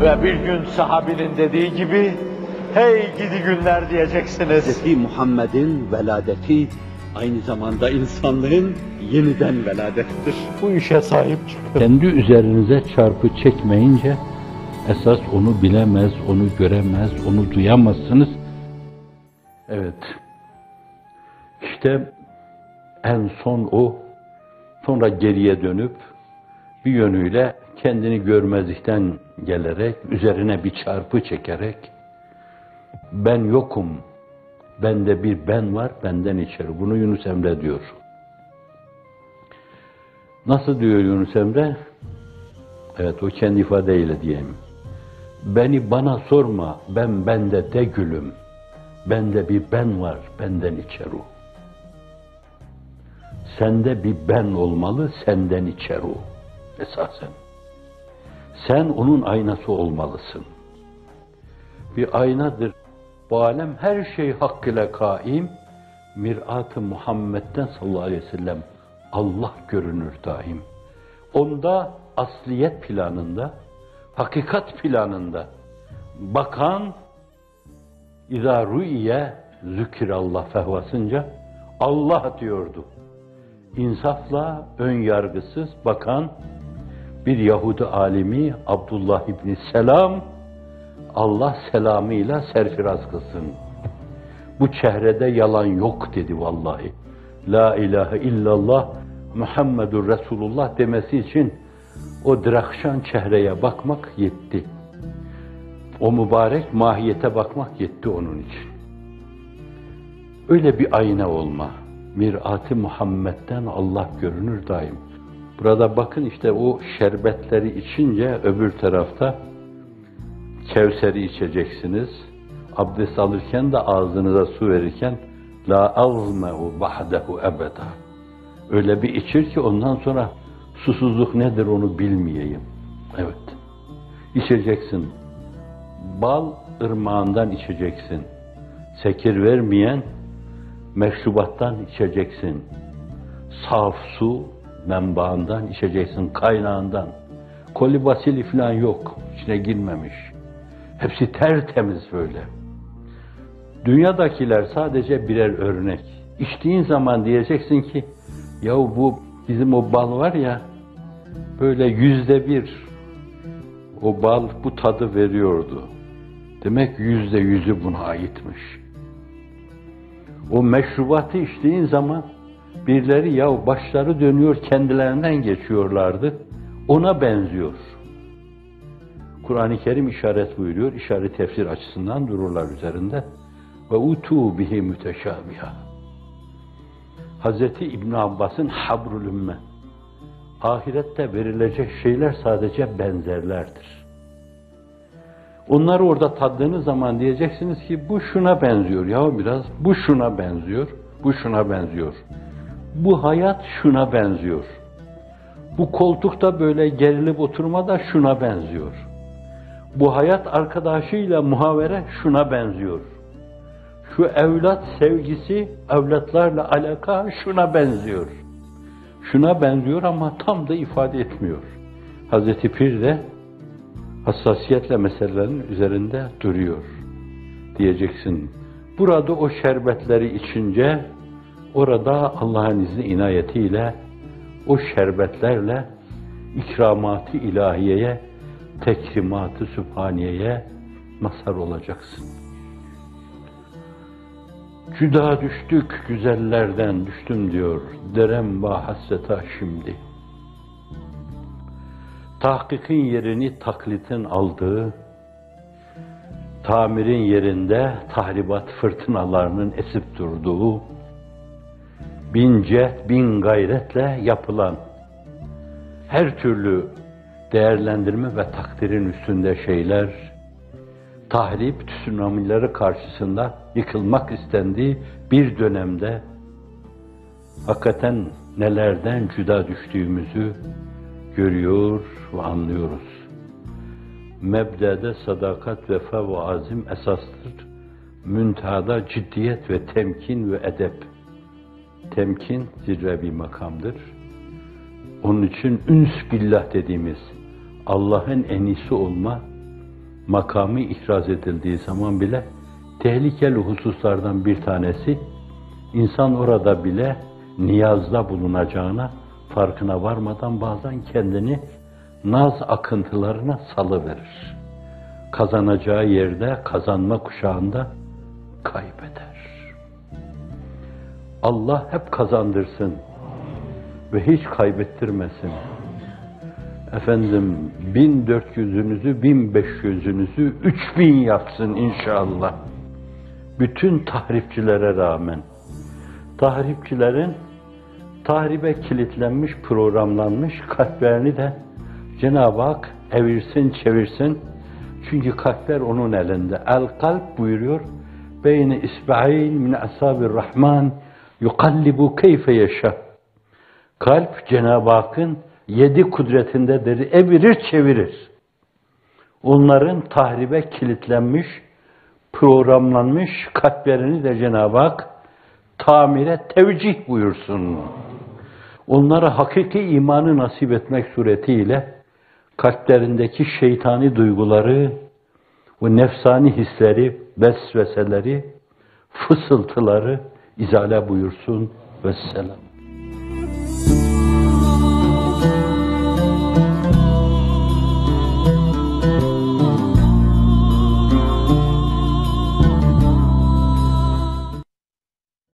Ve bir gün sahabinin dediği gibi, hey gidi günler diyeceksiniz. Hz. Muhammed'in veladeti aynı zamanda insanlığın yeniden veladettir. Bu işe sahip çıkın. Kendi üzerinize çarpı çekmeyince, esas onu bilemez, onu göremez, onu duyamazsınız. Evet, işte en son o, sonra geriye dönüp, bir yönüyle kendini görmezlikten gelerek, üzerine bir çarpı çekerek, ben yokum, bende bir ben var, benden içeri. Bunu Yunus Emre diyor. Nasıl diyor Yunus Emre? Evet, o kendi ifadeyle diyeyim. Beni bana sorma, ben bende de gülüm. Bende bir ben var, benden içer o. Sende bir ben olmalı, senden içer o. Esasen. Sen onun aynası olmalısın. Bir aynadır. Bu alem her şey hakkıyla kaim. Mirat-ı Muhammed'den sallallahu aleyhi ve sellem Allah görünür daim. Onda asliyet planında, hakikat planında bakan İzâ rü'iye zükirallah fehvasınca Allah diyordu. İnsafla, ön yargısız bakan bir Yahudi alimi Abdullah İbni Selam, Allah selamıyla serfiraz kılsın. Bu çehrede yalan yok dedi vallahi. La ilahe illallah Muhammedur Resulullah demesi için o drakşan çehreye bakmak yetti. O mübarek mahiyete bakmak yetti onun için. Öyle bir ayna olma. Mirat-ı Muhammed'den Allah görünür daim. Burada bakın işte o şerbetleri içince öbür tarafta Kevser'i içeceksiniz. Abdest alırken de ağzınıza su verirken la azme'u ba'dehu ebeda. Öyle bir içir ki ondan sonra susuzluk nedir onu bilmeyeyim. Evet. İçeceksin. Bal ırmağından içeceksin. Sekir vermeyen meşrubattan içeceksin. Saf su menbaından içeceksin, kaynağından. Kolibasili falan yok, içine girmemiş. Hepsi tertemiz böyle. Dünyadakiler sadece birer örnek. İçtiğin zaman diyeceksin ki, ya bu bizim o bal var ya, böyle 100% o bal bu tadı veriyordu. Demek %100'ü buna aitmiş. O meşrubatı içtiğin zaman birileri ya başları dönüyor kendilerinden geçiyorlardı. Ona benziyor. Kur'an-ı Kerim işaret buyuruyor. İşaret tefsir açısından dururlar üzerinde. Ve utu bihi müteşabiha. Hazreti İbn Abbas'ın habrul ümme. Ahirette verilecek şeyler sadece benzerlerdir. Onları orada tattığınız zaman diyeceksiniz ki bu şuna benziyor ya biraz, bu şuna benziyor, bu şuna benziyor. Bu hayat şuna benziyor. Bu koltukta böyle gerilip oturma da şuna benziyor. Bu hayat arkadaşıyla muhavere şuna benziyor. Şu evlat sevgisi, evlatlarla alaka şuna benziyor. Şuna benziyor ama tam da ifade etmiyor. Hazreti Pir de hassasiyetle meselelerin üzerinde duruyor. Diyeceksin. Burada o şerbetleri içince, orada Allah'ın izni inayetiyle, o şerbetlerle ikramat-ı ilahiyeye, tekrimat-ı sübhaniyeye mazhar olacaksın. Cüda düştük güzellerden düştüm diyor, derem ba hasseta şimdi. Tahkikin yerini taklitin aldığı, tamirin yerinde tahribat fırtınalarının esip durduğu, bin cehd, bin gayretle yapılan her türlü değerlendirme ve takdirin üstünde şeyler, tahrip tsunamileri karşısında yıkılmak istendiği bir dönemde hakikaten nelerden cüda düştüğümüzü görüyor ve anlıyoruz. Mebdede sadakat, vefa ve azim esastır. Müntehada ciddiyet ve temkin ve edep. Temkin zirve bir makamdır. Onun için üns billah dediğimiz Allah'ın en iyisi olma, makamı ihraz edildiği zaman bile tehlikeli hususlardan bir tanesi, insan orada bile niyazda bulunacağına farkına varmadan bazen kendini naz akıntılarına salıverir. Kazanacağı yerde, kazanma kuşağında kaybeder. Allah hep kazandırsın ve hiç kaybettirmesin. Efendim 1400'ünüzü, 1500'ünüzü 3000 yapsın inşallah. Bütün tahripçilere rağmen. Tahripçilerin tahribe kilitlenmiş, programlanmış kalplerini de Cenab-ı Hak evirsin, çevirsin. Çünkü kalpler onun elinde. El kalp buyuruyor. Beyni isba'in min asabir rahman yukallibu keyfe yeşâ. Kalp Cenab-ı Hakk'ın 7 kudretindedir. Evirir, çevirir. Onların tahribe kilitlenmiş, programlanmış kalplerini de Cenab-ı Hak tamire tevcih buyursun. Onlara hakiki imanı nasip etmek suretiyle kalplerindeki şeytani duyguları, o nefsani hisleri, vesveseleri, fısıltıları izale buyursun. Vesselam.